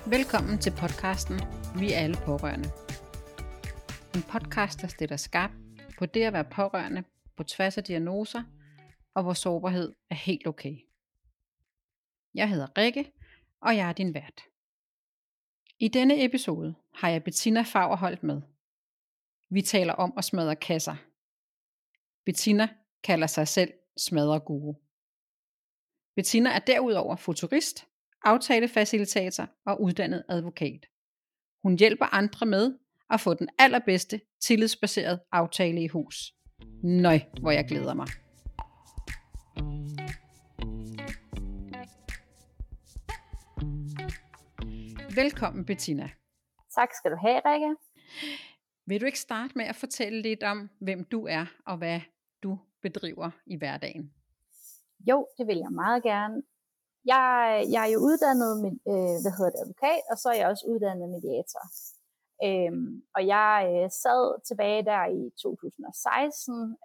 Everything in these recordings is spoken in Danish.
Velkommen til podcasten Vi er alle pårørende. En podcast, der stiller skarp på det at være pårørende på tværs af diagnoser, og hvor sårbarhed er helt okay. Jeg hedder Rikke, og jeg er din vært. I denne episode har jeg Bettina Fagerholt med. Vi taler om at smadre kasser. Bettina kalder sig selv smadreguru. Bettina er derudover futurist, aftalefacilitator og uddannet advokat. Hun hjælper andre med at få den allerbedste tillidsbaserede aftale i hus. Nøj, hvor jeg glæder mig. Velkommen, Bettina. Tak skal du have, Rikke. Vil du ikke starte med at fortælle lidt om, hvem du er og hvad du bedriver i hverdagen? Jo, det vil jeg meget gerne. Jeg er jo uddannet advokat, og så er jeg også uddannet mediator. Og jeg sad tilbage der i 2016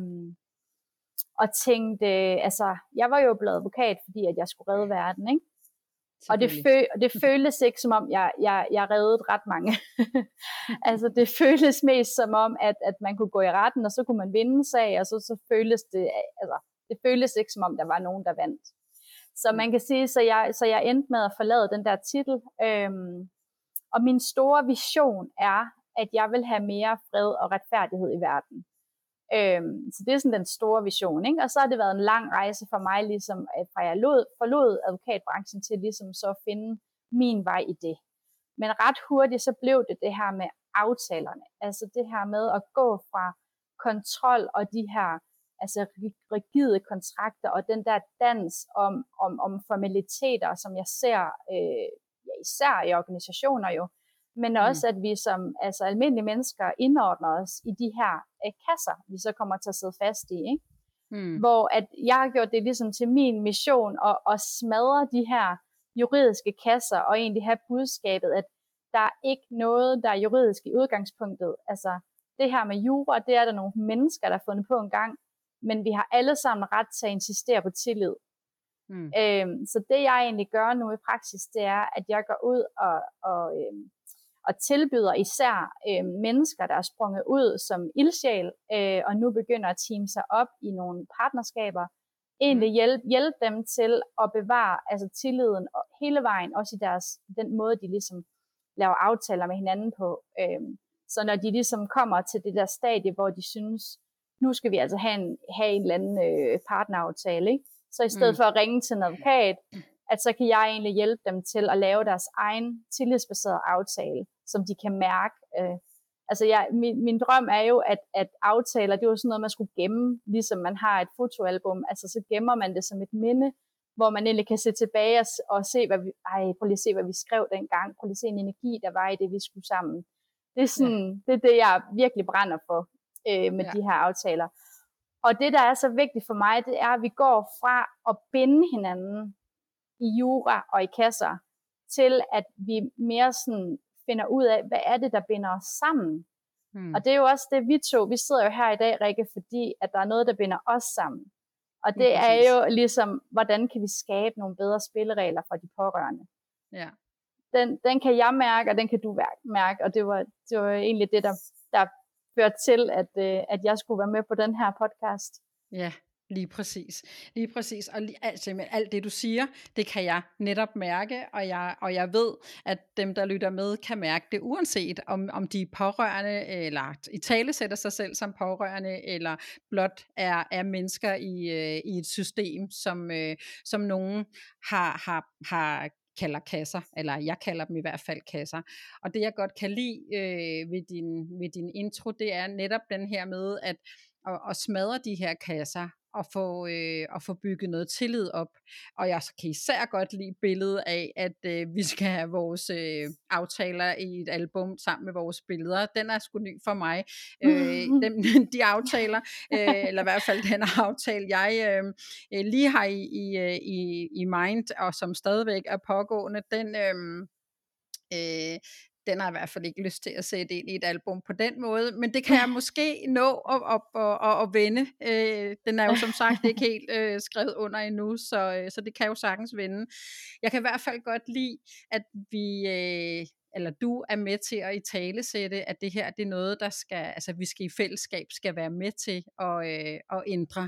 og tænkte, jeg var jo blevet advokat, fordi at jeg skulle redde verden, ikke? Og det føltes ikke som om, jeg reddede ret mange. Altså det føltes mest som om, at man kunne gå i retten, og så kunne man vinde en sag, og så føltes det føltes ikke som om, der var nogen, der vandt. Så man kan sige, så jeg endte med at forlade den der titel. Og min store vision er, at jeg vil have mere fred og retfærdighed i verden. Så det er sådan den store vision, ikke? Og så har det været en lang rejse for mig, ligesom fra jeg forlod advokatbranchen til ligesom så at finde min vej i det. Men ret hurtigt så blev det her med aftalerne, altså det her med at gå fra kontrol og de her rigide kontrakter og den der dans om formaliteter, som jeg ser især i organisationer jo, men også at vi som almindelige mennesker indordner os i de her kasser, vi så kommer til at sidde fast i, ikke? Hvor at jeg har gjort det ligesom til min mission at smadre de her juridiske kasser og egentlig have budskabet, at der er ikke noget, der er juridisk i udgangspunktet. Altså det her med jura, det er der nogle mennesker, der har fundet på en gang, men vi har alle sammen ret til at insistere på tillid. Så det jeg egentlig gør nu i praksis, det er, at jeg går ud og tilbyder især mennesker, der er sprunget ud som ildsjæl, og nu begynder at teame sig op i nogle partnerskaber, egentlig hjælpe dem til at bevare tilliden hele vejen, også i den måde, de ligesom laver aftaler med hinanden på. Så når de ligesom kommer til det der stadie, hvor de synes, nu skal vi altså have en eller anden partneraftale, ikke? Så i stedet for at ringe til en advokat, at så kan jeg egentlig hjælpe dem til at lave deres egen tillidsbaserede aftale, som de kan mærke. Min drøm er jo, at aftaler, det er jo sådan noget, man skulle gemme, ligesom man har et fotoalbum. Altså så gemmer man det som et minde, hvor man egentlig kan se tilbage og se, prøv lige at se, hvad vi skrev dengang. Prøv lige at se en energi, der var i det, vi skulle sammen. Det er sådan, det er det, jeg virkelig brænder for med de her aftaler. Og det, der er så vigtigt for mig, det er, at vi går fra at binde hinanden i jura og i kasser, til at vi mere sådan finder ud af, hvad er det, der binder os sammen. Og det er jo også det, vi sidder jo her i dag, Rikke, fordi at der er noget, der binder os sammen. Og det er jo ligesom, hvordan kan vi skabe nogle bedre spilleregler for de pårørende. Ja. Den kan jeg mærke, og den kan du mærke, og det var egentlig det, der førte til, at jeg skulle være med på den her podcast. Ja, lige præcis. Og alt det du siger, det kan jeg netop mærke, og jeg ved, at dem der lytter med, kan mærke det, uanset om de er pårørende, eller italesætter sig selv som pårørende, eller blot er mennesker i et system, som nogen har kalder kasser, eller jeg kalder dem i hvert fald kasser. Og det jeg godt kan lide ved din intro, det er netop den her med at smadre de her kasser, og få bygget noget tillid op. Og jeg kan især godt lide billedet af, at vi skal have vores aftaler i et album sammen med vores billeder. Den er sgu ny for mig. De aftaler, eller i hvert fald den aftale, jeg lige har i mind, og som stadigvæk er pågående, den har jeg i hvert fald ikke lyst til at sætte ind i et album på den måde, men det kan jeg måske nå at vende. Den er jo som sagt ikke helt skrevet under endnu, så det kan jo sagtens vende. Jeg kan i hvert fald godt lide, at vi... eller du er med til at italesætte, at det her det er noget, der skal, altså vi skal i fællesskab skal være med til at ændre.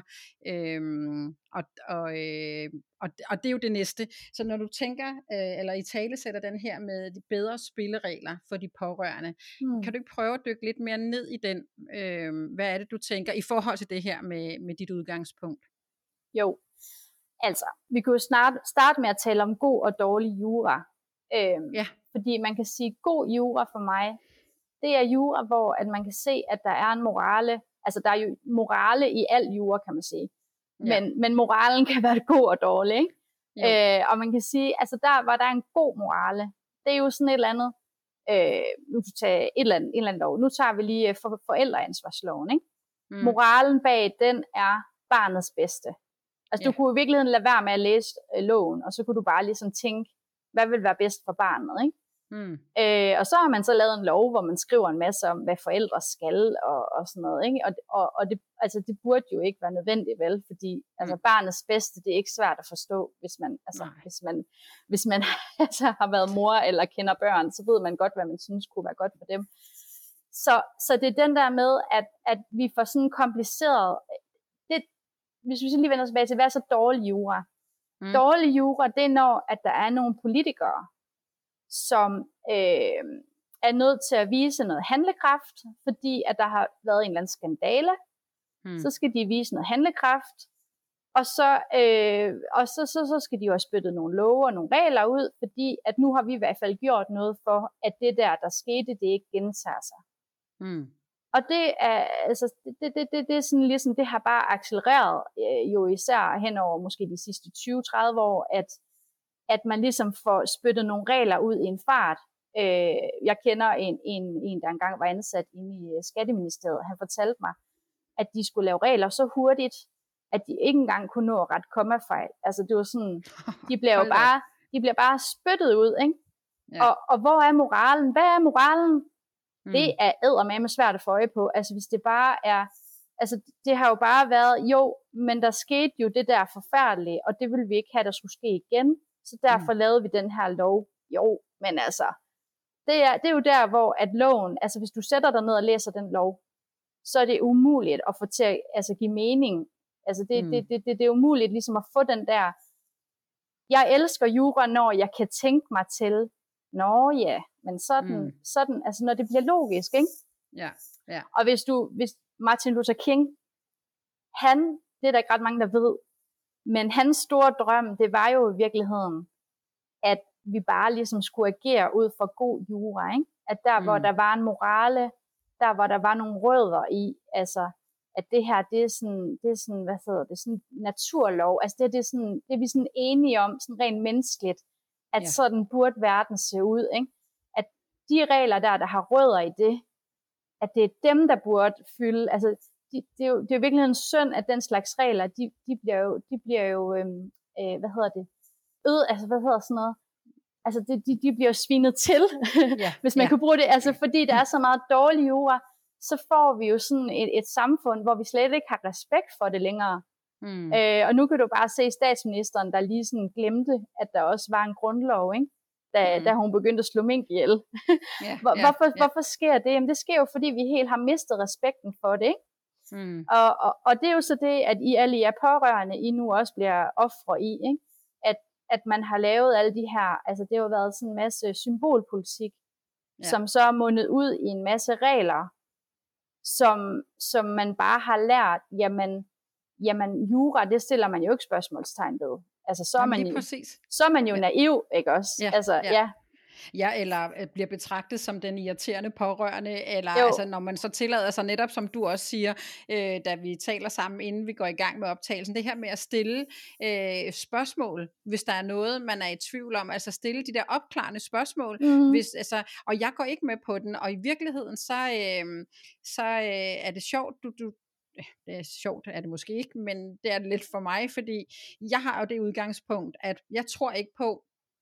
Og det er jo det næste. Så når du tænker, eller italesætter den her med de bedre spilleregler for de pårørende, kan du ikke prøve at dykke lidt mere ned i den? Hvad er det, du tænker i forhold til det her med dit udgangspunkt? Jo, altså, vi kunne jo starte med at tale om god og dårlig jura. Ja. Fordi man kan sige, god jura for mig, det er jura, hvor at man kan se, at der er en morale. Altså, der er jo morale i al jura, kan man sige. Ja. Men moralen kan være god og dårlig, ikke? Og man kan sige, altså der var der en god morale. Det er jo sådan et eller andet, nu tager et eller andet lov. Nu tager vi lige forældreansvarsloven, ikke? Moralen bag den er barnets bedste. Altså du kunne i virkeligheden lade være med at læse loven, og så kunne du bare ligesom tænke, hvad vil være bedst for barnet, ikke? Og så har man så lavet en lov, hvor man skriver en masse om, hvad forældre skal og sådan noget, ikke? Og det, altså, det burde jo ikke være nødvendigt, vel? Fordi altså, barnets bedste, det er ikke svært at forstå, hvis man altså, har været mor eller kender børn, så ved man godt, hvad man synes kunne være godt for dem. Så det er den der med, at vi får sådan kompliceret, hvis vi så lige vender tilbage til, hvad er så dårlig jura? Dårlig jura, det er når, at der er nogle politikere, som er nødt til at vise noget handlekraft, fordi at der har været en eller anden skandale, så skal de vise noget handlekraft, og så skal de jo have spyttet nogle love og nogle regler ud, fordi at nu har vi i hvert fald gjort noget for, at det der skete, det ikke gentager sig. Og det er, altså, det er sådan ligesom, det har bare accelereret, jo især hen over måske de sidste 20-30 år, at man ligesom får spyttet nogle regler ud i en fart. Jeg kender en, der engang var ansat inde i Skatteministeriet. Han fortalte mig, at de skulle lave regler så hurtigt, at de ikke engang kunne nå at rette kommafejl. Altså det var sådan, de bliver bare spyttet ud, ikke? Ja. Og hvor er moralen? Hvad er moralen? Det er eddermame svært at få øje på. Altså hvis det bare er, altså det har jo bare været, jo, men der skete jo det der forfærdelige, og det ville vi ikke have, der skulle ske igen. Så derfor lavede vi den her lov. Jo, men altså, det er jo der, hvor at loven, altså hvis du sætter dig ned og læser den lov, så er det umuligt at få til at altså, give mening. Altså det er umuligt ligesom at få den der, jeg elsker jura, når jeg kan tænke mig til, nå ja, men sådan, altså når det bliver logisk, ikke? Ja, ja. Og hvis Martin Luther King, det er der ikke ret mange, der ved, men hans store drøm, det var jo i virkeligheden, at vi bare ligesom skulle agere ud fra god jura, ikke? At der, hvor der var en morale, der, hvor der var nogle rødder i, altså, at det her, det er sådan, hvad hedder det, sådan naturlov, altså det er vi sådan enige om, sådan rent menneskeligt, at sådan burde verden se ud, ikke? At de regler der har rødder i det, at det er dem, der burde fylde, altså, det er jo virkelig en synd, at den slags regler, de bliver jo hvad hedder det, altså hvad hedder sådan noget, altså de bliver jo svinet til, hvis man kan bruge det, altså fordi der er så meget dårlig jura, så får vi jo sådan et samfund, hvor vi slet ikke har respekt for det længere. Og nu kan du bare se statsministeren, der lige sådan glemte, at der også var en grundlov, ikke? Da hun begyndte at slå mink ihjel. Hvorfor sker det? Jamen det sker jo, fordi vi helt har mistet respekten for det, ikke? Og det er jo så det, at I alle jer pårørende, I nu også bliver ofre i, ikke? At man har lavet alle de her, altså det har jo været sådan en masse symbolpolitik, som så er mundet ud i en masse regler, som man bare har lært, jamen jura, det stiller man jo ikke spørgsmålstegn ved. Altså så er man jo naiv, ikke også? Ja, eller bliver betragtet som den irriterende pårørende, eller altså, når man så tillader sig netop, som du også siger, da vi taler sammen, inden vi går i gang med optagelsen, det her med at stille spørgsmål, hvis der er noget, man er i tvivl om, altså stille de der opklarende spørgsmål, hvis, altså, og jeg går ikke med på den, og i virkeligheden, så er det sjovt, det er sjovt, er det måske ikke, men det er det lidt for mig, fordi jeg har jo det udgangspunkt, at jeg tror ikke på,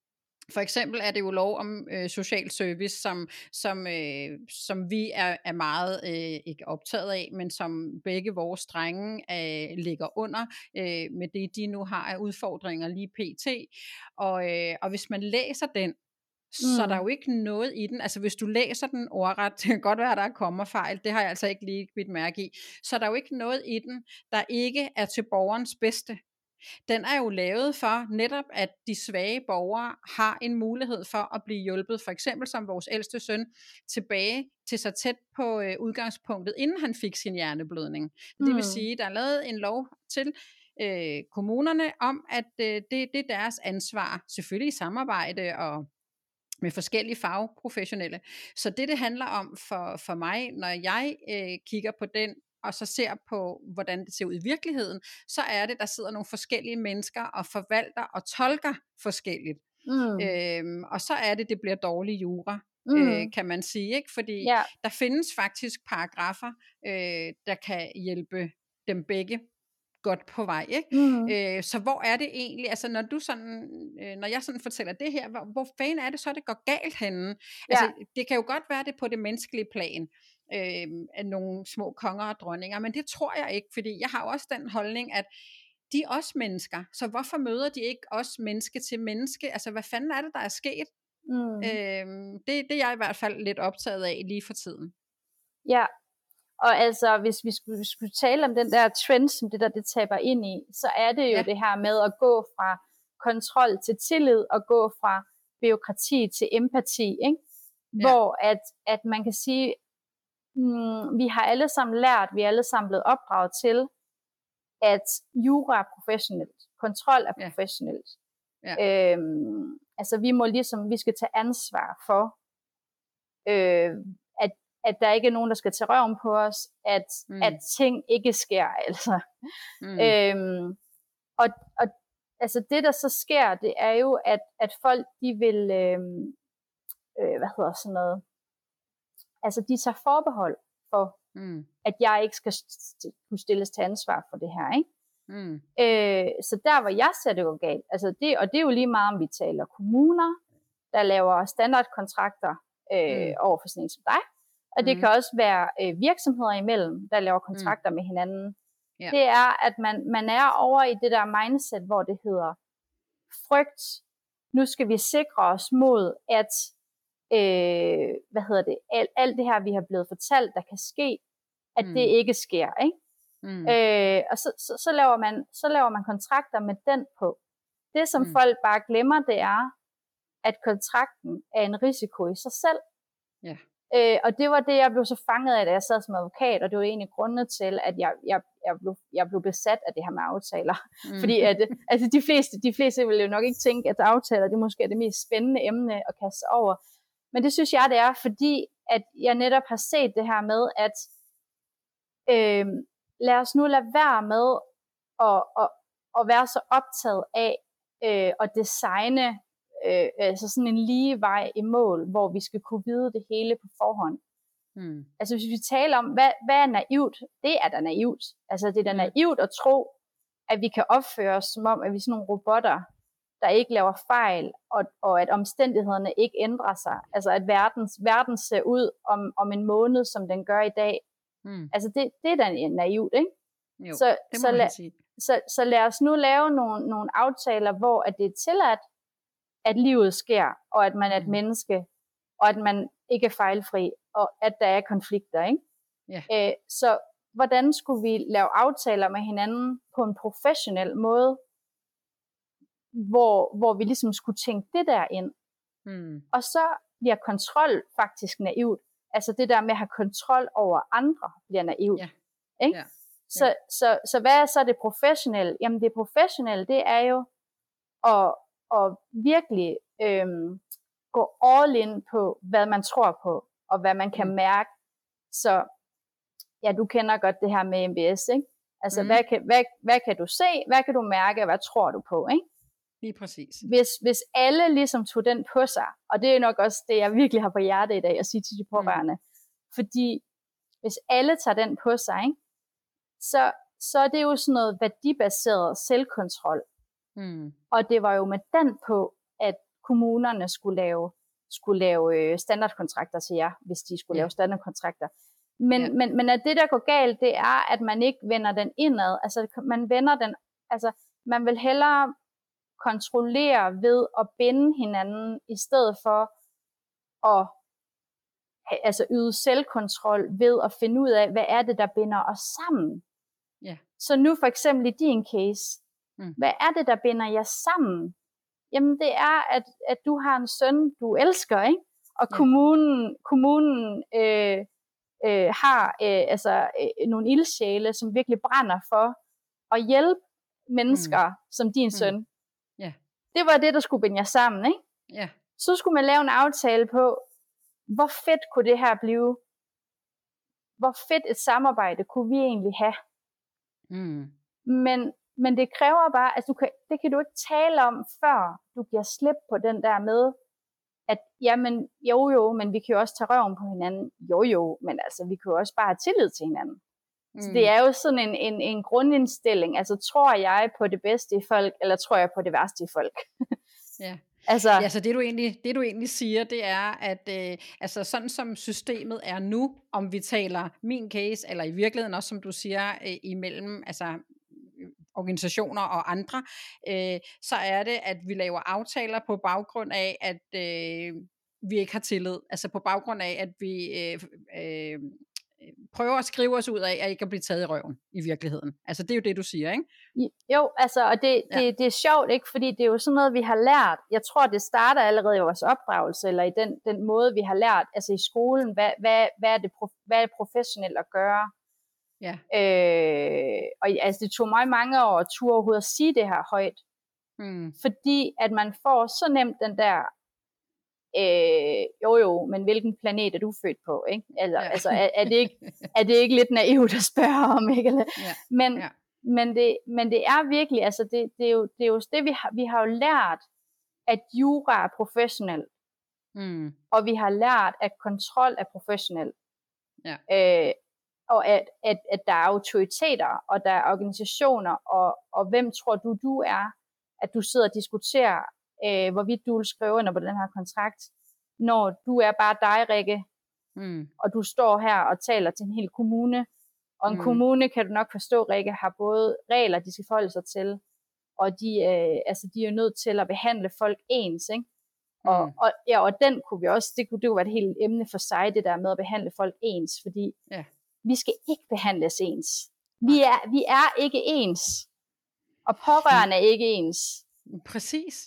For eksempel er det jo lov om social service, som vi er meget ikke optaget af, men som begge vores drenge ligger under med det, de nu har af udfordringer lige pt. Og hvis man læser den, så der er jo ikke noget i den. Altså hvis du læser den ordret, det kan godt være, at der kommer fejl, det har jeg altså ikke lige bidt mærke i, så der er jo ikke noget i den, der ikke er til borgerens bedste. Den er jo lavet for netop, at de svage borgere har en mulighed for at blive hjulpet, for eksempel som vores ældste søn, tilbage til sig tæt på udgangspunktet, inden han fik sin hjerneblødning. Det vil sige, der er lavet en lov til kommunerne om, at det er deres ansvar, selvfølgelig i samarbejde og med forskellige fagprofessionelle. Så det handler om for mig, når jeg kigger på den, og så ser på, hvordan det ser ud i virkeligheden, så er det, der sidder nogle forskellige mennesker og forvalter og tolker forskelligt. Og så er det bliver dårlig jura, kan man sige, ikke? Fordi der findes faktisk paragrafer, der kan hjælpe dem begge godt på vej, ikke? Så hvor er det egentlig, altså når jeg sådan fortæller det her, hvor fanden er det så, det går galt henne? Altså, det kan jo godt være det på det menneskelige plan, af nogle små konger og dronninger, men det tror jeg ikke, fordi jeg har også den holdning, at de er også mennesker, så hvorfor møder de ikke også menneske til menneske? Altså, hvad fanden er det, der er sket? Det er jeg i hvert fald lidt optaget af lige for tiden. Ja, og altså, hvis vi skulle tale om den der trend, som det taber ind i, så er det jo det her med at gå fra kontrol til tillid, og gå fra bureaukrati til empati, ikke? Hvor at man kan sige, vi har alle sammen lært, vi er alle sammen blevet opdraget til, at jura er professionelt, kontrol er professionelt. Altså vi skal tage ansvar for, at der ikke er nogen, der skal tage røven på os, at ting ikke sker, altså. Og altså det, der så sker, det er jo, at folk, de vil, altså de tager forbehold for, at jeg ikke skal kunne stilles til ansvar for det her, ikke? Så der, hvor jeg ser det jo galt, altså og det er jo lige meget, om vi taler kommuner, der laver standardkontrakter over for sådan en som dig, og det kan også være virksomheder imellem, der laver kontrakter med hinanden. Det er, at man er over i det der mindset, hvor det hedder frygt. Nu skal vi sikre os mod, at alt det her, vi har blevet fortalt, der kan ske, at det ikke sker, ikke? Og så laver man kontrakter med den på. Det, som folk bare glemmer, det er, at kontrakten er en risiko i sig selv. Og det var det, jeg blev så fanget af, da jeg sad som advokat, og det var egentlig grundene til, at jeg blev besat af det her med aftaler. Fordi at, altså de fleste vil jo nok ikke tænke, at aftaler, det måske er det mest spændende emne at kaste sig over. Men det synes jeg, det er, fordi at jeg netop har set det her med, at lad os nu lade være med at være så optaget af at designe altså sådan en lige vej i mål, hvor vi skal kunne vide det hele på forhånd. Altså hvis vi taler om, hvad er naivt, det er da naivt. Altså det er da naivt at tro, at vi kan opføre os som om, at vi er sådan nogle robotter, der ikke laver fejl, og at omstændighederne ikke ændrer sig. Altså at verden ser ud om en måned, som den gør i dag. Altså det er da naivt, ikke? Jo, så lad os nu lave nogle aftaler, hvor at det er tilladt, at livet sker, og at man er et menneske, og at man ikke er fejlfri, og at der er konflikter, ikke? Så hvordan skulle vi lave aftaler med hinanden på en professionel måde, hvor vi ligesom skulle tænke det der ind. Og så bliver kontrol faktisk naivt. Altså det der med at have kontrol over andre bliver naivt. Ikke? Så hvad er så det professionelle? Jamen det professionelle, det er jo at virkelig gå all in på, hvad man tror på, og hvad man kan mærke. Så ja, du kender godt det her med MBS, ikke? Altså hvad kan du se, hvad kan du mærke, og hvad tror du på, ikke? Lige præcis. Hvis alle ligesom tog den på sig, og det er nok også det, jeg virkelig har på hjertet i dag, at sige til de pårørende, fordi hvis alle tager den på sig, ikke, så er det jo sådan noget værdibaseret selvkontrol. Og det var jo med den på, at kommunerne skulle lave standardkontrakter til jer, hvis de skulle lave standardkontrakter. Men at det, der går galt, det er, at man ikke vender den indad. Altså, man vender den, altså, man vil hellere kontrollere ved at binde hinanden, i stedet for at yde selvkontrol ved at finde ud af, hvad er det, der binder os sammen. Ja. Så nu for eksempel i din case, hvad er det, der binder jer sammen? Jamen det er, at du har en søn, du elsker, ikke? Og kommunen har nogle ildsjæle, som virkelig brænder for at hjælpe mennesker som din søn. Yeah. Det var det, der skulle binde jer sammen, ikke? Yeah. Så skulle man lave en aftale på, hvor fedt kunne det her blive? Hvor fedt et samarbejde kunne vi egentlig have? Men det kræver bare, altså det kan du ikke tale om, før du giver slip på den der med, at jamen, jo, men vi kan jo også tage røven på hinanden. Jo, men altså, vi kan jo også bare have tillid til hinanden. Så det er jo sådan en grundindstilling. Altså, tror jeg på det bedste i folk, eller tror jeg på det værste i folk? Ja. Så det du egentlig siger, det er, at sådan som systemet er nu, om vi taler min case, eller i virkeligheden også, som du siger, imellem organisationer og andre, så er det, at vi laver aftaler på baggrund af, at vi ikke har tillid. Altså på baggrund af, at vi prøver at skrive os ud af, at ikke at blive taget i røven i virkeligheden. Altså det er jo det, du siger, ikke? Jo, altså, og det er sjovt, ikke? Fordi det er jo sådan noget, vi har lært. Jeg tror, det starter allerede i vores opdragelse, eller i den måde, vi har lært, altså i skolen, hvad er det professionelt at gøre? Ja. Og altså, det tog mig mange år at turde overhovedet at sige det her højt. Fordi at man får så nemt den der, men hvilken planet er du født på, ikke? Altså er det ikke lidt naivt at spørge om, ikke? Men det er virkelig, altså det er jo det, vi har jo lært, at jura er professionelt, og vi har lært, at kontrol er professionelt, og at der er autoriteter, og der er organisationer, og hvem tror du er, at du sidder og diskuterer, hvorvidt du vil skrive under på den her kontrakt, når du er bare dig, Rikke, og du står her og taler til en hel kommune, og en kommune, kan du nok forstå, Rikke, har både regler, de skal forholde sig til, og de er nødt til at behandle folk ens, ikke? Og den kunne vi også, det kunne være et helt emne for sig, det der med at behandle folk ens, fordi vi skal ikke behandles ens. Vi er ikke ens, og pårørende er ikke ens. Præcis.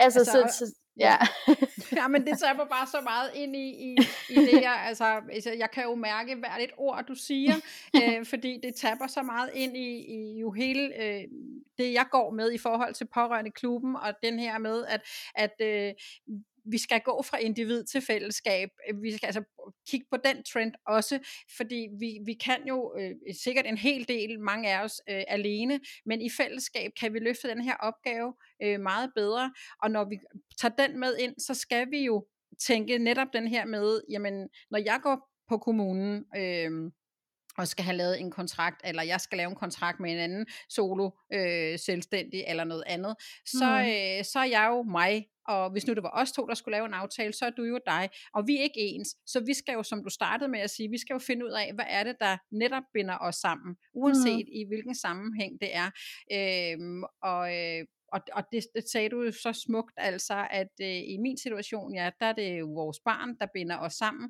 Ja, men det tager bare så meget ind i det her. Altså, jeg kan jo mærke hvert et ord, du siger, fordi det tapper så meget ind i jo hele det, jeg går med i forhold til pårørende klubben, og den her med, at vi skal gå fra individ til fællesskab. Vi skal altså kigge på den trend også, fordi vi kan jo sikkert en hel del, mange af os alene, men i fællesskab kan vi løfte den her opgave meget bedre, og når vi tager den med ind, så skal vi jo tænke netop den her med, jamen, når jeg går på kommunen, og skal have lavet en kontrakt, eller jeg skal lave en kontrakt med en anden solo selvstændig, eller noget andet, så er jeg jo mig, og hvis nu det var os to, der skulle lave en aftale, så er du jo dig, og vi er ikke ens, så vi skal jo, som du startede med at sige, vi skal jo finde ud af, hvad er det, der netop binder os sammen, uanset i hvilken sammenhæng det er, og det sagde du jo så smukt, altså, at i min situation, der er det jo vores barn, der binder os sammen,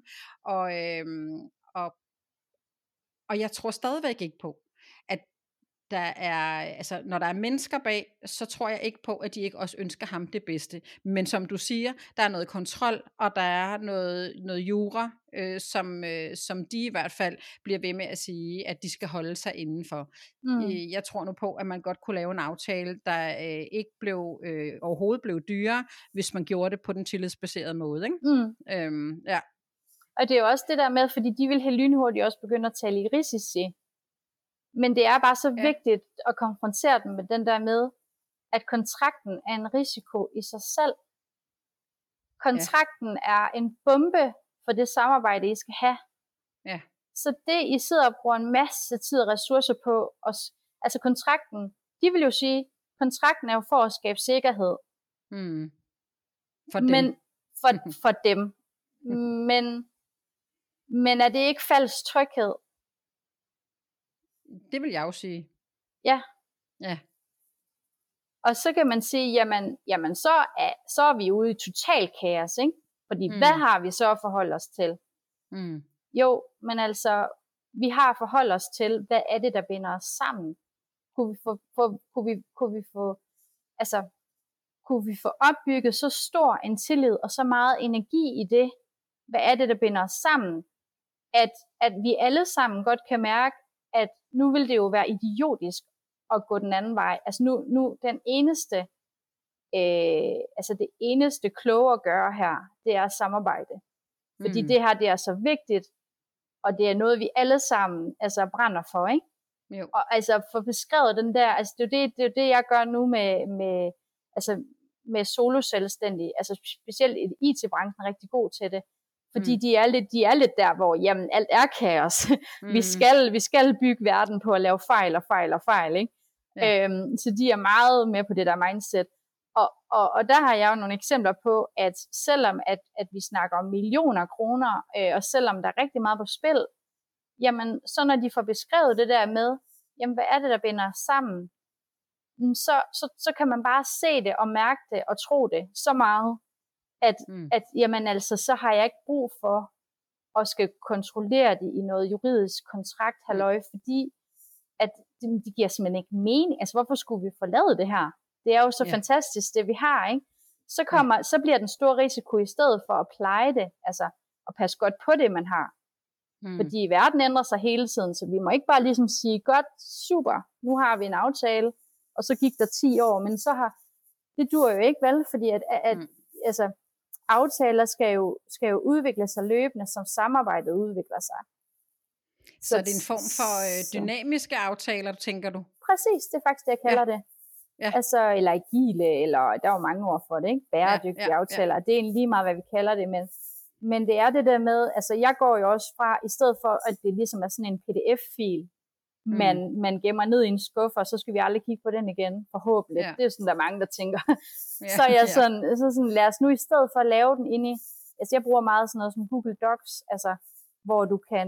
og jeg tror stadigvæk ikke på, at der er, altså når der er mennesker bag, så tror jeg ikke på, at de ikke også ønsker ham det bedste. Men som du siger, der er noget kontrol, og der er noget jura, som de i hvert fald bliver ved med at sige, at de skal holde sig indenfor. Jeg tror nu på, at man godt kunne lave en aftale, der ikke overhovedet blev dyrere, hvis man gjorde det på den tillidsbaserede måde, ikke? Ja. Og det er jo også det der med, fordi de vil helt lynhurtigt også begynde at tale i risici. Men det er bare så vigtigt at konfrontere dem med den der med, at kontrakten er en risiko i sig selv. Kontrakten er en bombe for det samarbejde, I skal have. Ja. Så det, I sidder og bruger en masse tid og ressourcer på, altså kontrakten, de vil jo sige, kontrakten er jo for at skabe sikkerhed. For men dem. for dem. Men er det ikke falsk tryghed? Det vil jeg jo sige. Ja. Ja. Og så kan man sige, jamen så er vi ude i total kaos, ikke? Fordi hvad har vi så at forholde os til? Jo, men altså, vi har at forholde os til, hvad er det, der binder os sammen? Kunne vi få opbygget så stor en tillid og så meget energi i det? Hvad er det, der binder os sammen? At vi alle sammen godt kan mærke, at nu vil det jo være idiotisk at gå den anden vej. Altså nu den eneste, det eneste kloge at gøre her, det er at samarbejde. Fordi det her, det er så vigtigt, og det er noget, vi alle sammen brænder for, ikke? Jo. Og altså få beskrevet den der, altså det er jo det, jeg gør nu med solo-selvstændige, altså specielt i IT-branchen er rigtig god til det, fordi de er lidt der, hvor jamen alt er kaos. Vi skal bygge verden på at lave fejl, ikke? Ja. Så de er meget med på det der mindset. Og der har jeg jo nogle eksempler på, at selvom at vi snakker om millioner kroner, og selvom der er rigtig meget på spil, jamen så når de får beskrevet det der med, jamen hvad er det, der binder os sammen, så kan man bare se det og mærke det og tro det så meget, at jamen altså, så har jeg ikke brug for at skal kontrollere det i noget juridisk kontrakt, fordi at det giver simpelthen ikke mening. Altså hvorfor skulle vi forlade det her? Det er jo så fantastisk, det vi har, ikke? Så bliver den store risiko i stedet for at pleje det, altså at passe godt på det, man har. Fordi verden ændrer sig hele tiden, så vi må ikke bare ligesom sige, godt, super, nu har vi en aftale, og så gik der 10 år, men det dur jo ikke, vel? Fordi altså, aftaler skal jo udvikle sig løbende, som samarbejdet udvikler sig. Så det er en form for dynamiske aftaler, tænker du? Præcis, det er faktisk det, jeg kalder det. Ja. Altså, eller agile, eller der er jo mange ord for det, ikke? Bæredygtige aftaler. Det er egentlig lige meget, hvad vi kalder det, men det er det der med, altså jeg går jo også fra, i stedet for, at det ligesom er sådan en pdf-fil, man gemmer ned i en skuffe, og så skal vi aldrig kigge på den igen, forhåbentlig. Det er sådan, der er mange, der tænker. Så er jeg sådan, lad os nu i stedet for at lave den inde i, altså jeg bruger meget sådan noget som Google Docs, altså, hvor du kan,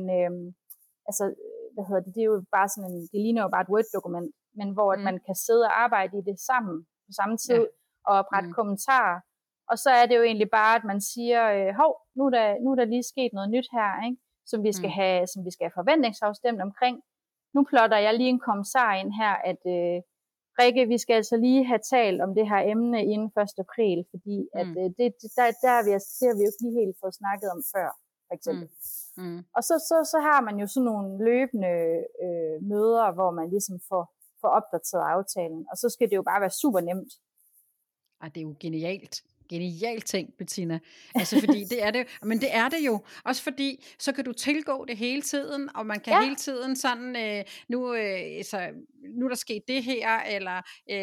det er jo bare sådan en, det ligner jo bare et Word-dokument, men hvor man kan sidde og arbejde i det sammen på samme tid, og oprette kommentarer. Og så er det jo egentlig bare, at man siger, nu er der lige sket noget nyt her, ikke? Som vi skal have forventningsafstemt omkring. Nu plotter jeg lige en kommentar ind her, at Rikke, vi skal altså lige have talt om det her emne inden 1. april, fordi at der har vi jo ikke lige helt fået snakket om før, for eksempel. Og så har man jo sådan nogle løbende møder, hvor man ligesom får opdateret aftalen, og så skal det jo bare være super nemt. Det er jo genialt ting, Bettina. Altså fordi det er det, men det er det jo også, fordi så kan du tilgå det hele tiden, og man kan hele tiden sådan nu er der sket det her, eller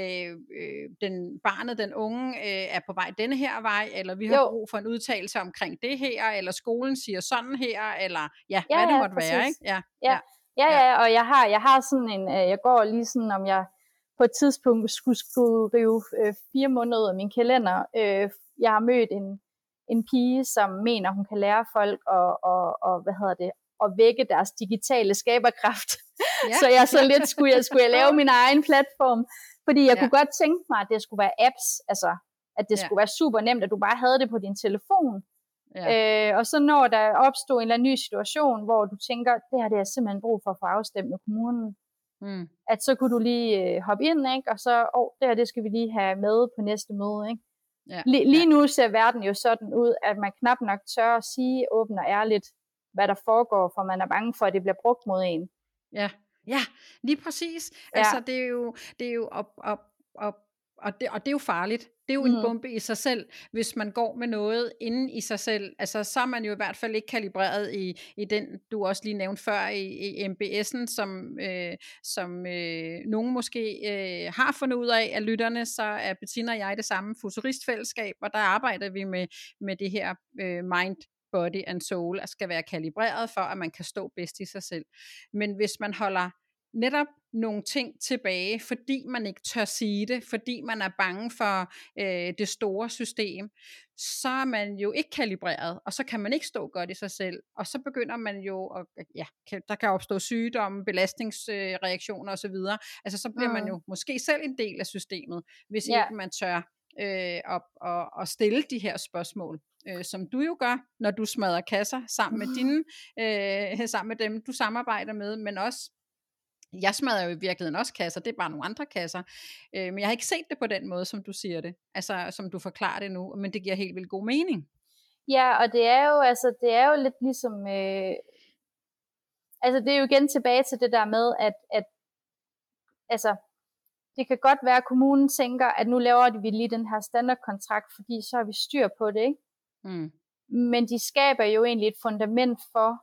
den unge er på vej denne her vej, eller vi har brug for en udtalelse omkring det her, eller skolen siger sådan her, eller hvad det måtte være, ikke? Ja, og jeg har sådan en, jeg går lige sådan, om jeg på et tidspunkt skulle rive 4 måneder ud af min kalender. Jeg har mødt en pige, som mener, hun kan lære folk at vække deres digitale skaberkraft. Så jeg så lidt, skulle jeg lave min egen platform, fordi jeg kunne godt tænke mig, at det skulle være apps, altså at det skulle være super nemt, at du bare havde det på din telefon. Og så når der opstod en eller anden ny situation, hvor du tænker, det her det er simpelthen brug for at få afstemt med kommunen, at så kunne du lige hoppe ind, ikke? Og så, det skal vi lige have med på næste møde, ikke? Lige nu ser verden jo sådan ud, at man knap nok tør at sige åbent og ærligt, hvad der foregår, for man er bange for, at det bliver brugt mod en. Ja, lige præcis. Altså, det er jo og det er jo farligt. Det er jo en bombe i sig selv, hvis man går med noget inde i sig selv. Altså, så er man jo i hvert fald ikke kalibreret i den, du også lige nævnte før, i MBS'en, som nogen måske har fundet ud af lytterne, så er Bettina og jeg det samme futuristfællesskab, og der arbejder vi med det her mind, body and soul, at skal være kalibreret for, at man kan stå bedst i sig selv. Men hvis man holder netop nogle ting tilbage, fordi man ikke tør sige det, fordi man er bange for det store system, så er man jo ikke kalibreret, og så kan man ikke stå godt i sig selv, og så begynder man jo, der kan opstå sygdomme, belastningsreaktioner osv., altså så bliver man jo måske selv en del af systemet, hvis Ja. ikke man tør at stille de her spørgsmål, som du jo gør, når du smadrer kasser sammen med dem, du samarbejder med, men også jeg smadrer jo i virkeligheden også kasser, det er bare nogle andre kasser. Men jeg har ikke set det på den måde, som du siger det. Altså, som du forklarer det nu, men det giver helt vildt god mening. Ja, og det er jo lidt ligesom, altså det er jo igen tilbage til det der med, at altså, det kan godt være, at kommunen tænker, at nu laver vi lige den her standardkontrakt, fordi så har vi styr på det, ikke? Mm. Men de skaber jo egentlig et fundament for,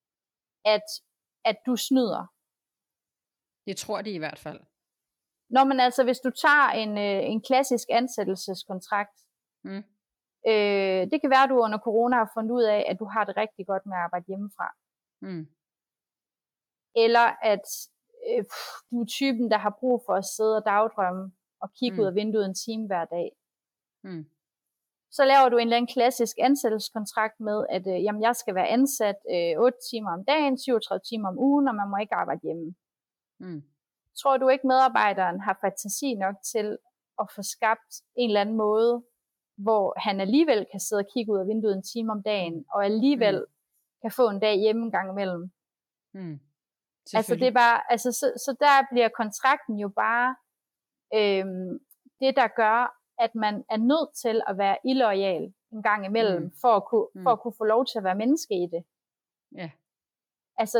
at du snyder. Det tror de i hvert fald. Nå, men altså, hvis du tager en klassisk ansættelseskontrakt, det kan være, at du under corona har fundet ud af, at du har det rigtig godt med at arbejde hjemmefra. Mm. Eller at du er typen, der har brug for at sidde og dagdrømme og kigge ud af vinduet en time hver dag. Mm. Så laver du en eller anden klassisk ansættelseskontrakt med, at jamen, jeg skal være ansat 8 timer om dagen, 37 timer om ugen, og man må ikke arbejde hjemme. Mm. Tror du ikke, medarbejderen har fantasi nok til at få skabt en eller anden måde, hvor han alligevel kan sidde og kigge ud af vinduet en time om dagen, og alligevel kan få en dag hjemme en gang imellem? Mm. Altså det er bare, altså så der bliver kontrakten jo bare det, der gør, at man er nødt til at være illoyal en gang imellem, for at kunne få lov til at være menneske i det. Ja. Altså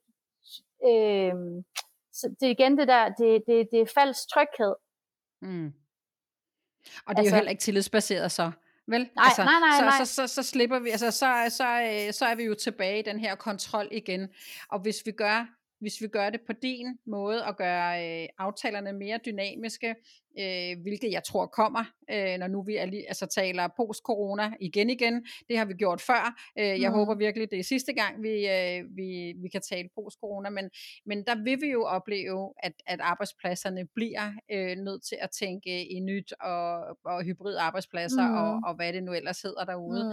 så det er igen det der, det er falsk tryghed. Mm. Og det er jo heller ikke tillidsbaseret så. Vel? Nej, altså, nej. Så slipper vi, altså så er vi jo tilbage i den her kontrol igen. Og hvis vi gør det på din måde og gør aftalerne mere dynamiske, hvilket jeg tror kommer, når nu vi taler post-corona igen. Det har vi gjort før. Jeg håber virkelig, det er sidste gang, vi kan tale post-corona, men der vil vi jo opleve, at arbejdspladserne bliver nødt til at tænke i nyt og hybrid arbejdspladser og hvad det nu ellers hedder derude.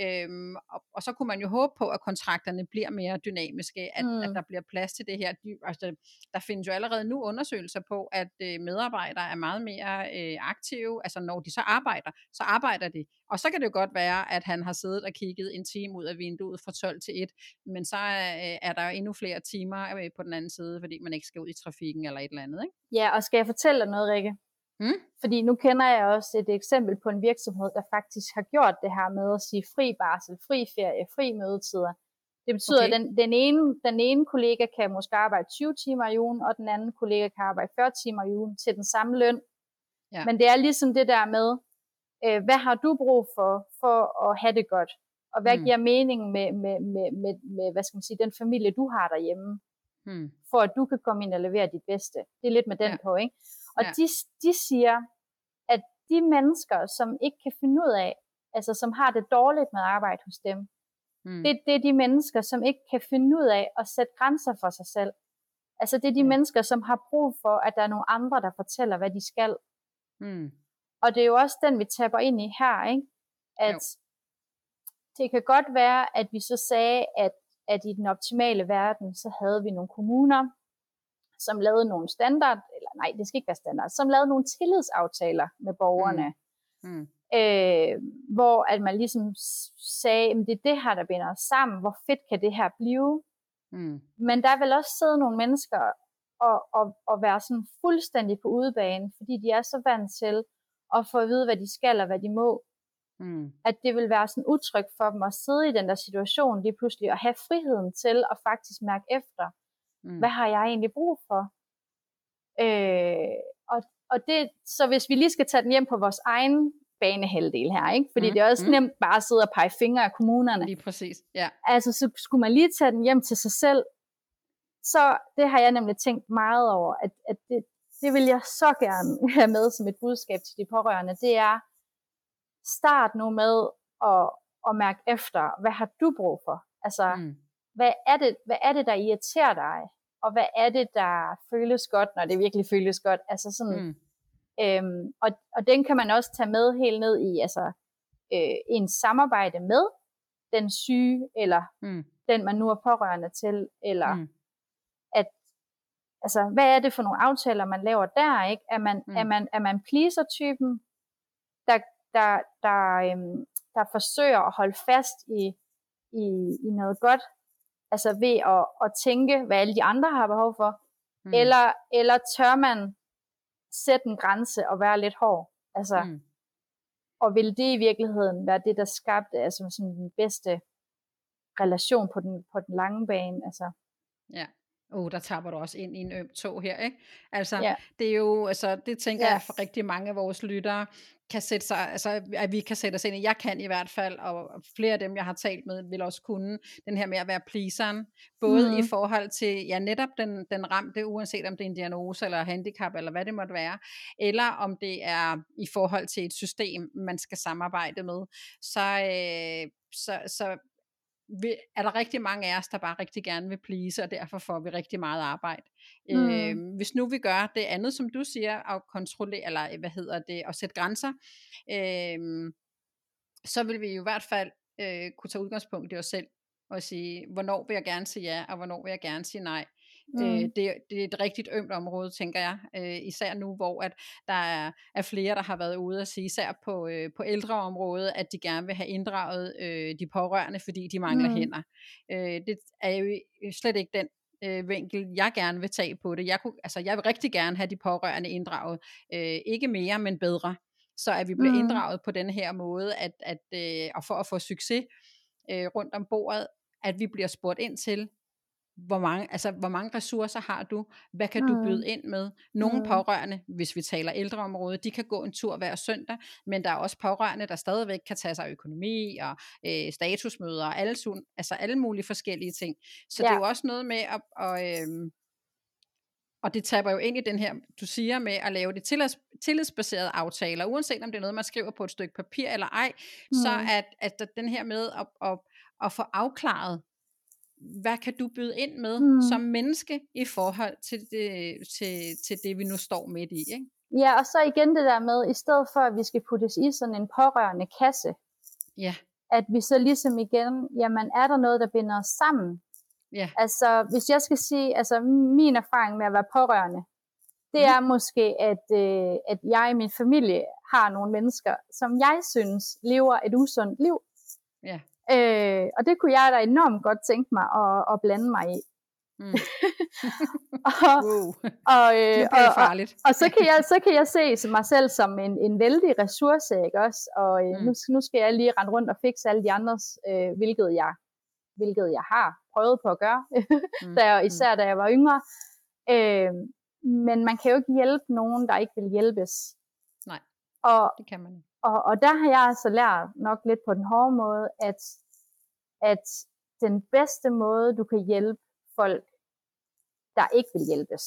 Og så kunne man jo håbe på, at kontrakterne bliver mere dynamiske, at der bliver plads til det her. Der findes jo allerede nu undersøgelser på, at medarbejdere er meget mere aktive, altså når de så arbejder de. Og så kan det jo godt være, at han har siddet og kigget en time ud af vinduet fra 12 til 1, men så er der endnu flere timer på den anden side, fordi man ikke skal ud i trafikken eller et eller andet, ikke? Ja, og skal jeg fortælle dig noget, Rikke? Fordi nu kender jeg også et eksempel på en virksomhed, der faktisk har gjort det her med at sige fri barsel, fri ferie, fri mødetider. Det betyder, at den ene kollega kan måske arbejde 20 timer i ugen, og den anden kollega kan arbejde 40 timer i ugen til den samme løn. Ja. Men det er ligesom det der med, hvad har du brug for at have det godt? Og hvad giver mening med hvad skal man sige, den familie, du har derhjemme? For at du kan komme ind og levere dit bedste. Det er lidt med den på, ikke? Og de siger, at de mennesker, som ikke kan finde ud af, altså som har det dårligt med at arbejde hos dem, det er de mennesker, som ikke kan finde ud af at sætte grænser for sig selv. Altså det er de mennesker, som har brug for, at der er nogle andre, der fortæller, hvad de skal. Og det er jo også den, vi taber ind i her, ikke? At det kan godt være, at vi så sagde, at i den optimale verden, så havde vi nogle kommuner, som lavede nogle standard, eller nej, det skal ikke være standard, som lavede nogle tillidsaftaler med borgerne. Hvor at man ligesom sagde, at det er det her, der binder os sammen, hvor fedt kan det her blive. Men der vil også sidde nogle mennesker og være sådan fuldstændig på udebane, fordi de er så vant til at få at vide, hvad de skal og hvad de må. At det vil være sådan utrygt for dem at sidde i den der situation lige pludselig og have friheden til at faktisk mærke efter, hvad har jeg egentlig brug for? Og det, så hvis vi lige skal tage den hjem på vores egen banehalvdel her, ikke? Fordi det er også nemt bare at sidde og pege fingre af kommunerne. Lige præcis, ja. Altså, så skulle man lige tage den hjem til sig selv. Så det har jeg nemlig tænkt meget over, at det vil jeg så gerne have med som et budskab til de pårørende. Det er, start nu med at mærke efter, hvad har du brug for? Altså, hvad er det, der irriterer dig? og hvad er det, der føles godt, når det virkelig føles godt. Altså sådan, og den kan man også tage med helt ned i, altså en samarbejde med den syge, eller den man nu er pårørende til, eller at, altså hvad er det for nogle aftaler, man laver der, ikke? Er man pleaser-typen, der forsøger at holde fast i noget godt, altså ved at tænke, hvad alle de andre har behov for, eller tør man sætte en grænse og være lidt hård, altså, og vil det i virkeligheden være det, der skabte altså sådan den bedste relation på den lange bane, altså. Ja. Der tapper du også ind i en øm tog her, ikke? Altså, det er jo, altså, det tænker jeg for rigtig mange af vores lyttere kan sætte sig, altså, at vi kan sætte os ind i. Jeg kan i hvert fald, og flere af dem, jeg har talt med, vil også kunne den her med at være pleaseren, både i forhold til, netop den ramte, uanset om det er en diagnose, eller handicap, eller hvad det måtte være, eller om det er i forhold til et system, man skal samarbejde med, så er der rigtig mange af os, der bare rigtig gerne vil please, og derfor får vi rigtig meget arbejde. Hvis nu vi gør det andet, som du siger, at kontrollere, eller at sætte grænser, så vil vi jo i hvert fald kunne tage udgangspunkt i os selv, og sige, hvornår vil jeg gerne sige ja, og hvornår vil jeg gerne sige nej. Det er et rigtigt ømt område, tænker jeg, især nu, hvor at der er flere, der har været ude at sige, især på ældreområdet, at de gerne vil have inddraget de pårørende, fordi de mangler hænder. Det er jo slet ikke den vinkel, jeg gerne vil tage på det. Jeg vil rigtig gerne have de pårørende inddraget, ikke mere, men bedre, så at vi bliver inddraget på den her måde, og for at få succes rundt om bordet, at vi bliver spurgt ind til, hvor mange ressourcer har du? Hvad kan du byde ind med? Nogle pårørende, hvis vi taler ældreområdet, de kan gå en tur hver søndag, men der er også pårørende, der stadigvæk kan tage sig af økonomi og statusmøder og alle mulige forskellige ting. Så det er jo også noget med og det taber jo ind i den her, du siger, med at lave de tillidsbaserede aftaler, uanset om det er noget, man skriver på et stykke papir eller ej, så at den her med at få afklaret, hvad kan du byde ind med som menneske i forhold til det, vi nu står midt i, ikke? Ja, og så igen det der med, i stedet for, at vi skal puttes i sådan en pårørende kasse, at vi så ligesom igen, jamen er der noget, der binder os sammen? Altså, hvis jeg skal sige, altså min erfaring med at være pårørende, det er måske, at jeg i min familie har nogle mennesker, som jeg synes lever et usundt liv. Og det kunne jeg da enormt godt tænke mig at blande mig i. Og så kan jeg se mig selv som en vældig ressource, ikke også? Og nu skal jeg lige rende rundt og fikse alle de andres, hvilket jeg har prøvet på at gøre, især da jeg var yngre. Men man kan jo ikke hjælpe nogen, der ikke vil hjælpes. Nej, det kan man ikke. Og der har jeg altså lært nok lidt på den hårde måde, at den bedste måde, du kan hjælpe folk, der ikke vil hjælpes,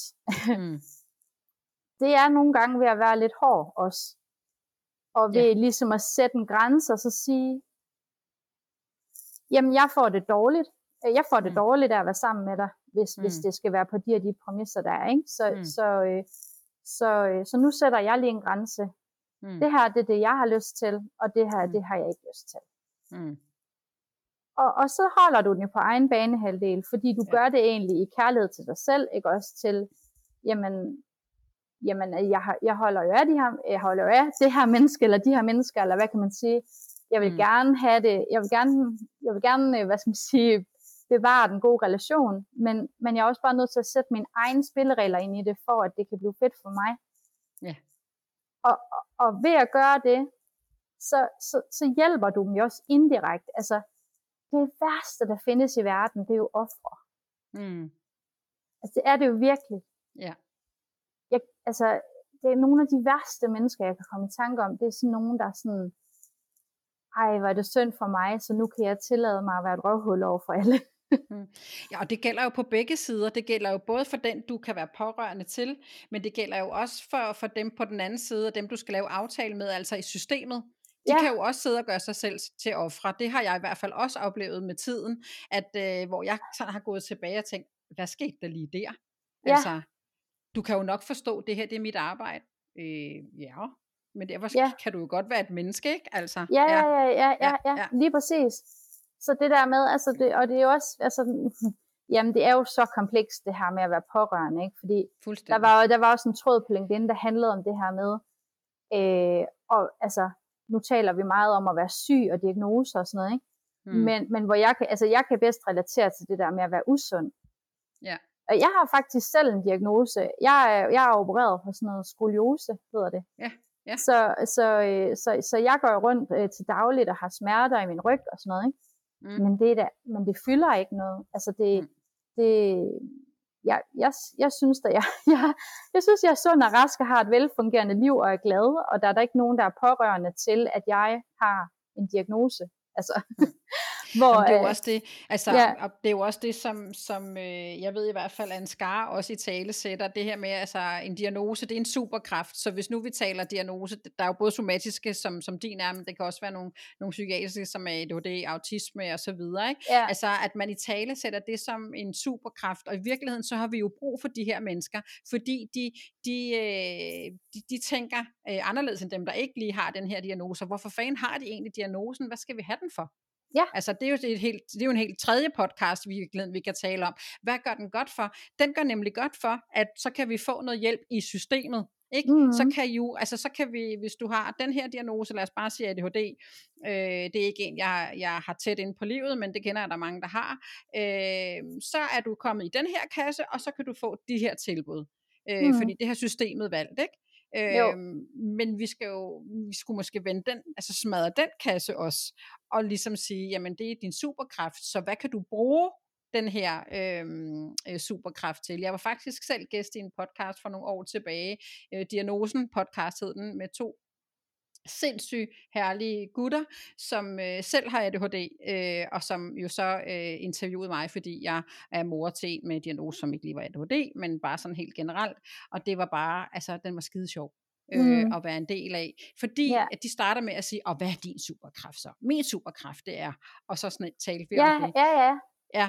det er nogle gange ved at være lidt hård også. Og ved ligesom at sætte en grænse og så sige, jamen jeg får det dårligt. Jeg får det dårligt af at være sammen med dig, hvis det skal være på de og de præmisser, der er. Ikke? Så nu sætter jeg lige en grænse. Det her, det er det, jeg har lyst til, og det her, det har jeg ikke lyst til. Og så holder du den jo på egen banehalvdel, fordi du gør det egentlig i kærlighed til dig selv, ikke også til, jamen jeg holder jo af det her menneske, eller de her mennesker, eller hvad kan man sige. Jeg vil gerne have det, jeg vil gerne, hvad skal man sige, bevare den gode relation, men jeg er også bare nødt til at sætte mine egne spilleregler ind i det, for at det kan blive fedt for mig. Og ved at gøre det, så hjælper du dem jo også indirekte. Altså, det værste, der findes i verden, det er jo ofre. Altså, det er det jo virkelig. Altså, det er nogle af de værste mennesker, jeg kan komme i tanke om. Det er sådan nogen, der er sådan, ej, hvor er det synd for mig, så nu kan jeg tillade mig at være et røvhul over for alle. Ja, og det gælder jo på begge sider. Det gælder jo både for den, du kan være pårørende til, men det gælder jo også for dem på den anden side, og dem, du skal lave aftale med, altså i systemet. De kan jo også sidde og gøre sig selv til ofre. Det har jeg i hvert fald også oplevet med tiden, at hvor jeg sådan har gået tilbage og tænkt, hvad skete der lige der? Ja, Altså, du kan jo nok forstå, det her det er mit arbejde. Ja, men derfor ja, kan du jo godt være et menneske, ikke? Altså, ja, ja, ja, ja, ja, ja, ja, ja, ja, lige præcis. Så det der med, altså det, og det er jo også, altså, jamen det er jo så komplekst det her med at være pårørende, ikke? Fordi fuldstændig. der var også en tråd på LinkedIn, der handlede om det her med, og altså, nu taler vi meget om at være syg og diagnoser og sådan noget, ikke? Men hvor jeg kan bedst relatere til det der med at være usund. Ja. Og jeg har faktisk selv en diagnose. Jeg er opereret for sådan noget skoliose, hedder det. Ja, ja. Så jeg går rundt til dagligt og har smerter i min ryg og sådan noget, ikke? Men det fylder ikke noget. Altså jeg synes da, jeg synes, jeg er sund og rask og har et velfungerende liv og er glad, og der er der ikke nogen, der er pårørende til, at jeg har en diagnose. Altså, hvor, Jamen, det er jo også det, altså, ja, og det er jo også det, som jeg ved i hvert fald, at en skare også i tale sætter, det her med, altså en diagnose, det er en superkraft, så hvis nu vi taler diagnose, der er jo både somatiske, som din er, men det kan også være nogle psykiatriske, som er ADHD, autisme og så videre, ikke? ja, Altså, at man i tale sætter det som en superkraft, og i virkeligheden, så har vi jo brug for de her mennesker, fordi de tænker anderledes end dem, der ikke lige har den her diagnose. Hvorfor fanden har de egentlig diagnosen? Hvad skal vi have den for? ja, Altså, det er jo en helt tredje podcast, vi kan tale om. Hvad gør den godt for? Den gør nemlig godt for, at så kan vi få noget hjælp i systemet. Ikke? Så kan vi, hvis du har den her diagnose, lad os bare sige ADHD, det er ikke en, jeg har tæt inde på livet, men det kender jeg, der er mange, der har, så er du kommet i den her kasse, og så kan du få de her tilbud. Fordi det har systemet valgt, ikke? jo, Men vi skulle måske vende den, altså smadre den kasse også, og ligesom sige, jamen det er din superkraft, så hvad kan du bruge den her superkraft til? Jeg var faktisk selv gæst i en podcast for nogle år tilbage, Diagnosen podcast hed den, med 2 sindssygt herlige gutter, som selv har ADHD, og som jo så interviewede mig, fordi jeg er mor til en med diagnose, som ikke lige var ADHD, men bare sådan helt generelt, og det var bare, altså den var skide sjov at være en del af, fordi ja, at de starter med at sige, hvad er din superkraft så? Min superkraft det er, og så sådan talte vi om ja, det. ja, ja, Ja,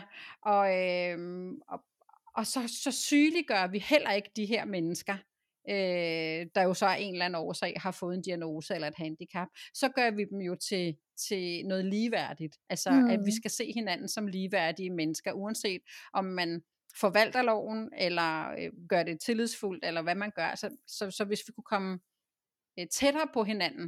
og så sygeliggør vi heller ikke de her mennesker, der jo så af en eller anden årsag har fået en diagnose eller et handicap, så gør vi dem jo til noget ligeværdigt. Altså, at vi skal se hinanden som ligeværdige mennesker, uanset om man forvalter loven, eller gør det tillidsfuldt, eller hvad man gør. Så hvis vi kunne komme tættere på hinanden,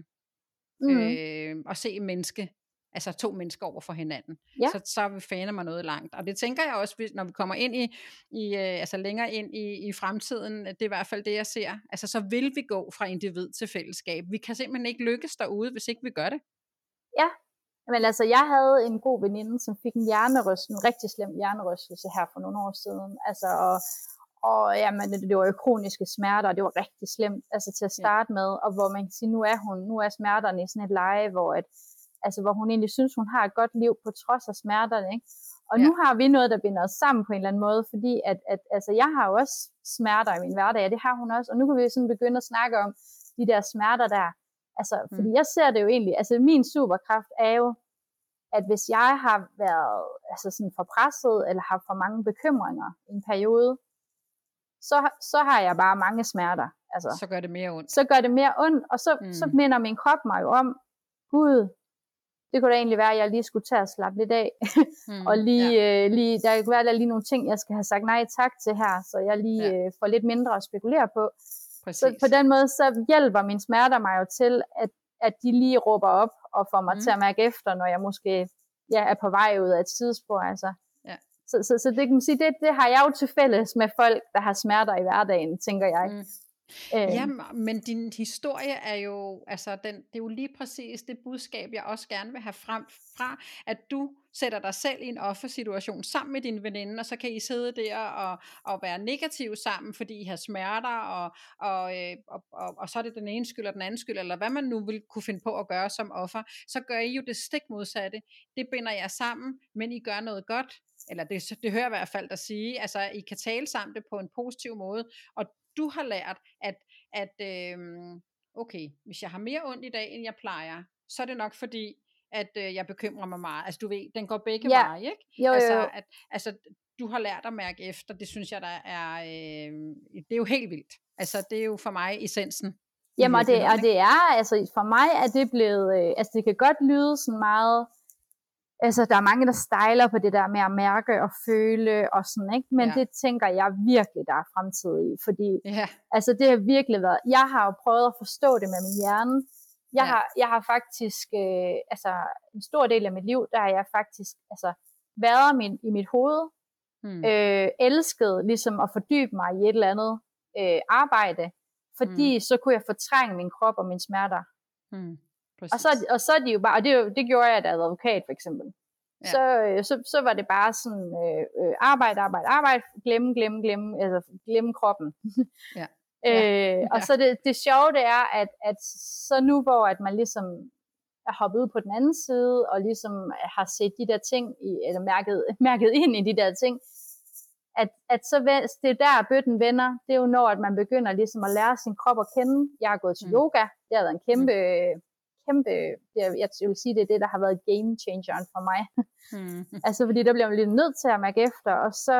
og se menneske, altså 2 mennesker over for hinanden, ja, så er vi faner mig noget langt. Og det tænker jeg også, når vi kommer ind altså længere ind i fremtiden, det er i hvert fald det, jeg ser. Altså så vil vi gå fra individ til fællesskab. Vi kan simpelthen ikke lykkes derude, hvis ikke vi gør det. ja. Men altså, jeg havde en god veninde, som fik en rigtig slem hjernerystelse her for nogle år siden. Altså, og jamen, det var jo kroniske smerter, og det var rigtig slemt, altså til at starte med, og hvor man kan sige, nu er smerterne i sådan et leje, hvor hun egentlig synes, hun har et godt liv på trods af smerterne, ikke? Og nu har vi noget, der binder os sammen på en eller anden måde, fordi altså, jeg har jo også smerter i min hverdag, og det har hun også, og nu kan vi sådan begynde at snakke om de der smerter der. Altså, fordi jeg ser det jo egentlig, altså min superkraft er jo, at hvis jeg har været altså sådan for presset, eller har for mange bekymringer i en periode, så har jeg bare mange smerter. Altså, så gør det mere ondt. Så gør det mere ondt, og så minder min krop mig jo om, Gud, det kunne da egentlig være, at jeg lige skulle tage og slappe lidt af, og lige, der kunne være, der lige nogle ting, jeg skal have sagt nej tak til her, så jeg lige får lidt mindre at spekulere på. Præcis. Så på den måde, så hjælper mine smerter mig jo til, at de lige råber op, og får mig til at mærke efter, når jeg måske er på vej ud af et sidespor. Altså. Ja. Så det kan man sige, det har jeg jo til fælles med folk, der har smerter i hverdagen, tænker jeg. Ja, men din historie er jo, altså det er jo lige præcis det budskab, jeg også gerne vil have frem fra, at du sætter dig selv i en offersituation sammen med din veninde, og så kan I sidde der og være negative sammen, fordi I har smerter, og så er det den ene skyld og den anden skyld, eller hvad man nu vil kunne finde på at gøre som offer, så gør I jo det stik modsatte. Det binder jer sammen, men I gør noget godt, eller det hører jeg i hvert fald at sige, altså I kan tale sammen det på en positiv måde, og du har lært, at okay, hvis jeg har mere ondt i dag, end jeg plejer, så er det nok fordi, at jeg bekymrer mig meget. Altså du ved, den går begge veje, ikke? Jo. Altså du har lært at mærke efter, det synes jeg, der er, det er jo helt vildt. Altså, det er jo for mig essensen. Jamen, og det er, altså for mig er det blevet, altså det kan godt lyde sådan meget, altså der er mange, der stejler på det der med at mærke og føle og sådan, ikke? Men det tænker jeg virkelig, der er fremtid i, fordi altså det har virkelig været, jeg har jo prøvet at forstå det med min hjerne. Jeg har faktisk, altså en stor del af mit liv, der har jeg faktisk altså været i mit hoved, elsket ligesom at fordybe mig i et eller andet arbejde, fordi så kunne jeg fortrænge min krop og mine smerter. Og så er de jo bare, og det gjorde jeg, da jeg var advokat for eksempel. Så var det bare sådan arbejde, glemme kroppen. Og så det sjove det er, at så nu hvor at man ligesom er hoppet ud på den anden side, og ligesom har set de der ting, eller mærket ind i de der ting, at så det er der bøtten vender. Det er jo når, at man begynder ligesom at lære sin krop at kende. Jeg har gået til yoga, det har været en kæmpe, jeg vil sige, det er det, der har været game changeren for mig. Altså fordi der bliver man lidt nødt til at mærke efter, og så,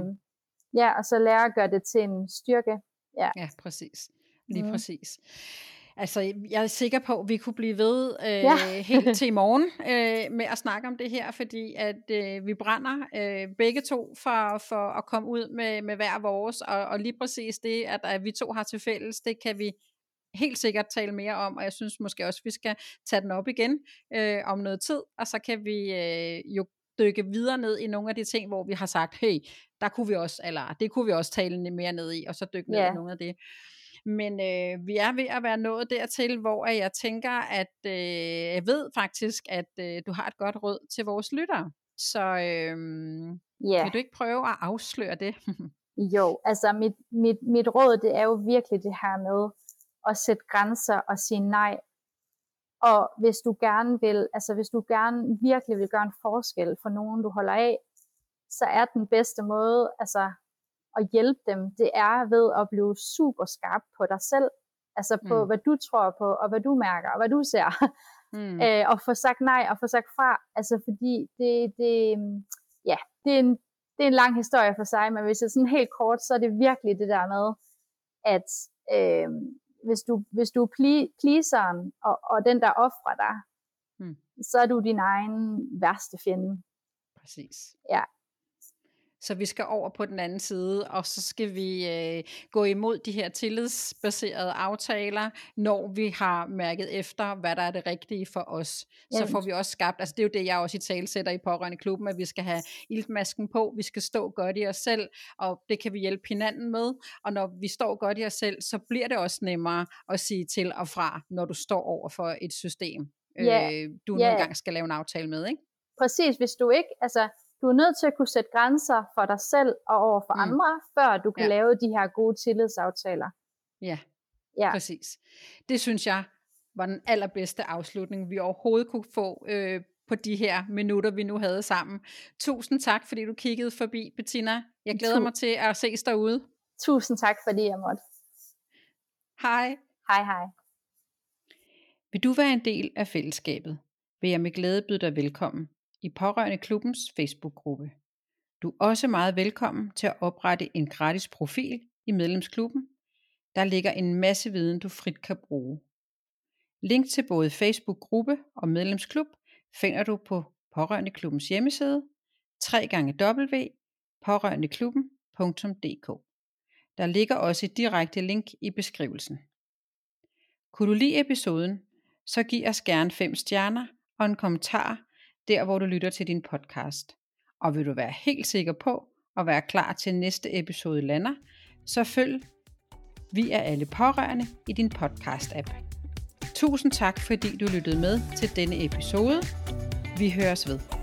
og så lære at gøre det til en styrke. Ja, præcis. Lige præcis. Altså, jeg er sikker på, at vi kunne blive ved helt til i morgen med at snakke om det her, fordi at vi brænder begge to for at komme ud med hver vores, og lige præcis det, at vi to har til fælles, det kan vi helt sikkert tale mere om, og jeg synes måske også, at vi skal tage den op igen om noget tid, og så kan vi jo dykke videre ned i nogle af de ting, hvor vi har sagt, hey, der kunne vi også, eller det kunne vi også tale mere ned i, og så dykke ned i nogle af det. Men vi er ved at være nået dertil, hvor jeg tænker, at jeg ved faktisk, at du har et godt råd til vores lyttere. Så vil du ikke prøve at afsløre det? Jo, altså mit råd, det er jo virkelig det her med at sætte grænser og sige nej. Og hvis du gerne virkelig vil gøre en forskel for nogen, du holder af, så er den bedste måde, altså at hjælpe dem, det er ved at blive super skarp på dig selv, altså på hvad du tror på, og hvad du mærker, og hvad du ser, og få sagt nej, og få sagt fra, altså fordi det er en lang historie for sig, men hvis jeg sådan helt kort, så er det virkelig det der med, at hvis du er pleaseren, og den der offrer dig, så er du din egen værste fjende. Præcis. Ja. Så vi skal over på den anden side, og så skal vi gå imod de her tillidsbaserede aftaler, når vi har mærket efter, hvad der er det rigtige for os. Så får vi også skabt, altså det er jo det, jeg også i tale sætter i Pårørendeklubben, at vi skal have iltmasken på, vi skal stå godt i os selv, og det kan vi hjælpe hinanden med, og når vi står godt i os selv, så bliver det også nemmere at sige til og fra, når du står over for et system, du nu engang skal lave en aftale med, ikke? Præcis, hvis du ikke, altså du er nødt til at kunne sætte grænser for dig selv og over for andre, før du kan lave de her gode tillidsaftaler. Ja, præcis. Det synes jeg var den allerbedste afslutning, vi overhovedet kunne få på de her minutter, vi nu havde sammen. Tusind tak, fordi du kiggede forbi, Bettina. Jeg glæder mig til at ses derude. Tusind tak, fordi jeg måtte. Hej. Hej. Vil du være en del af fællesskabet, vil jeg med glæde byde dig velkommen i Pårørendeklubbens Facebook-gruppe. Du er også meget velkommen til at oprette en gratis profil i medlemsklubben. Der ligger en masse viden, du frit kan bruge. Link til både Facebook-gruppe og medlemsklub finder du på Pårørendeklubbens hjemmeside www.pårørendeklubben.dk. Der ligger også et direkte link i beskrivelsen. Kunne du lide episoden, så giv os gerne 5 stjerner og en kommentar der, hvor du lytter til din podcast. Og vil du være helt sikker på at være klar til næste episode lander, så følg Vi er alle pårørende i din podcast-app. Tusind tak, fordi du lyttede med til denne episode. Vi høres ved.